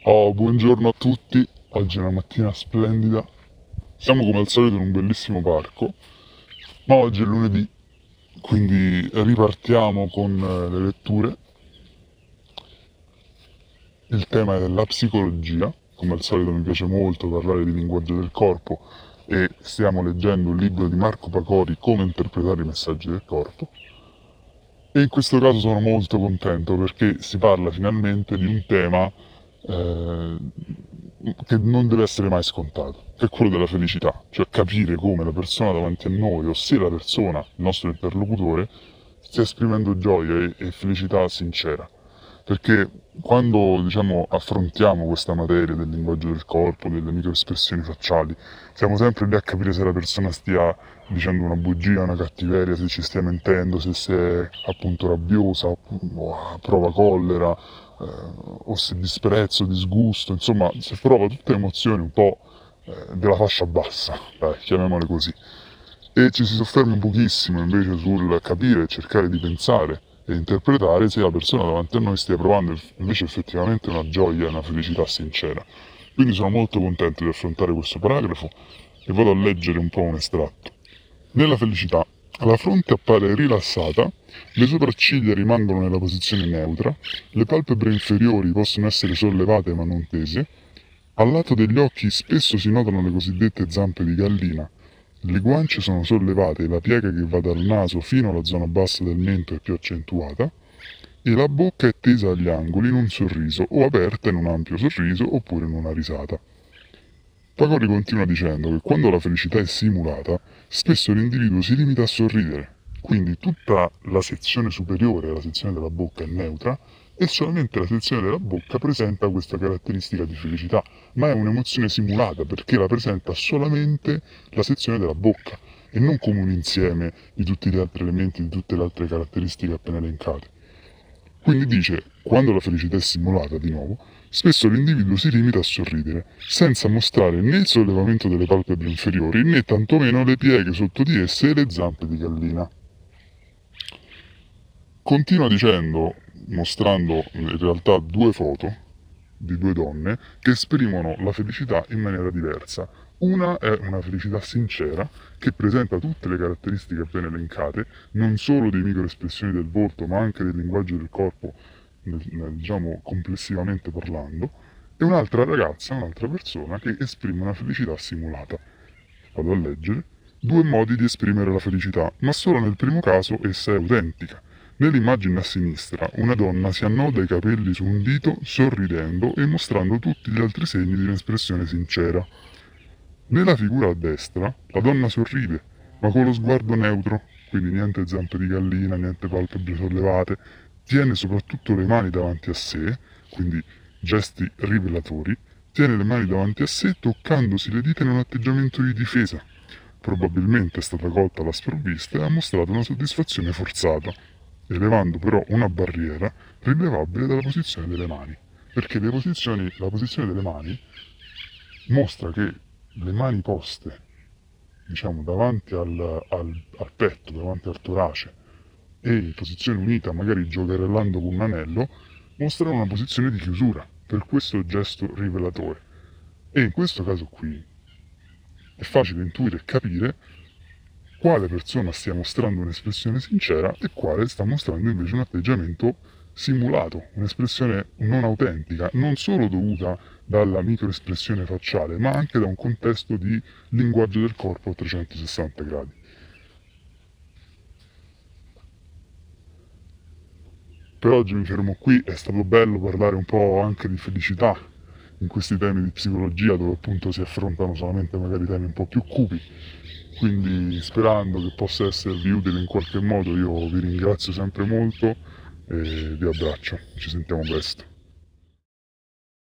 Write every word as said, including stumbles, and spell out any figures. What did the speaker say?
Oh, buongiorno a tutti, oggi è una mattina splendida, siamo come al solito in un bellissimo parco, ma oggi è lunedì, quindi ripartiamo con eh, le letture. Il tema è la psicologia, come al solito mi piace molto parlare di linguaggio del corpo e stiamo leggendo il libro di Marco Pacori, Come interpretare i messaggi del corpo. E in questo caso sono molto contento perché si parla finalmente di un tema eh, che non deve essere mai scontato, che è quello della felicità, cioè capire come la persona davanti a noi, o se la persona, il nostro interlocutore, stia esprimendo gioia e, e felicità sincera. Perché quando diciamo, affrontiamo questa materia del linguaggio del corpo, delle microespressioni facciali, siamo sempre lì a capire se la persona stia dicendo una bugia, una cattiveria, se ci stia mentendo, se, se è appunto rabbiosa, o prova collera, eh, o se disprezzo, disgusto, insomma, se prova tutte le emozioni un po' eh, della fascia bassa, dai, chiamiamole così. E ci si sofferma pochissimo invece sul capire e cercare di pensare e interpretare se la persona davanti a noi stia provando invece effettivamente una gioia e una felicità sincera. Quindi sono molto contento di affrontare questo paragrafo e vado a leggere un po' un estratto. Nella felicità, la fronte appare rilassata, le sopracciglia rimangono nella posizione neutra, le palpebre inferiori possono essere sollevate ma non tese, al lato degli occhi spesso si notano le cosiddette zampe di gallina, le guance sono sollevate e la piega che va dal naso fino alla zona bassa del mento è più accentuata, e la bocca è tesa agli angoli in un sorriso o aperta in un ampio sorriso oppure in una risata. Pacori continua dicendo che quando la felicità è simulata, spesso l'individuo si limita a sorridere, quindi tutta la sezione superiore, la sezione della bocca, è neutra e solamente la sezione della bocca presenta questa caratteristica di felicità, ma è un'emozione simulata perché la presenta solamente la sezione della bocca e non come un insieme di tutti gli altri elementi, di tutte le altre caratteristiche appena elencate. Quindi dice, quando la felicità è simulata di nuovo, spesso l'individuo si limita a sorridere, senza mostrare né il sollevamento delle palpebre inferiori né tantomeno le pieghe sotto di esse e le zampe di gallina. Continua dicendo, mostrando in realtà due foto di due donne che esprimono la felicità in maniera diversa. Una è una felicità sincera che presenta tutte le caratteristiche appena elencate, non solo di microespressioni del volto, ma anche del linguaggio del corpo, nel, nel, diciamo complessivamente parlando, e un'altra ragazza, un'altra persona che esprime una felicità simulata. Vado a leggere. Due modi di esprimere la felicità, ma solo nel primo caso essa è autentica. Nell'immagine a sinistra, una donna si annoda i capelli su un dito, sorridendo e mostrando tutti gli altri segni di un'espressione sincera. Nella figura a destra, la donna sorride, ma con lo sguardo neutro, quindi niente zampe di gallina, niente palpebre sollevate, tiene soprattutto le mani davanti a sé, quindi gesti rivelatori, tiene le mani davanti a sé toccandosi le dita in un atteggiamento di difesa. Probabilmente è stata colta alla sprovvista e ha mostrato una soddisfazione forzata, elevando però una barriera rilevabile dalla posizione delle mani, perché le posizioni, la posizione delle mani mostra che le mani poste, diciamo, davanti al, al, al petto, davanti al torace, e in posizione unita, magari giocherellando con un anello, mostrano una posizione di chiusura, per questo gesto rivelatore. E in questo caso qui è facile intuire e capire quale persona stia mostrando un'espressione sincera e quale sta mostrando invece un atteggiamento simulato, un'espressione non autentica, non solo dovuta dalla microespressione facciale, ma anche da un contesto di linguaggio del corpo a trecentosessanta gradi. Per oggi mi fermo qui, è stato bello parlare un po' anche di felicità in questi temi di psicologia dove appunto si affrontano solamente magari temi un po' più cupi. Quindi sperando che possa esservi utile in qualche modo io vi ringrazio sempre molto e vi abbraccio, ci sentiamo presto.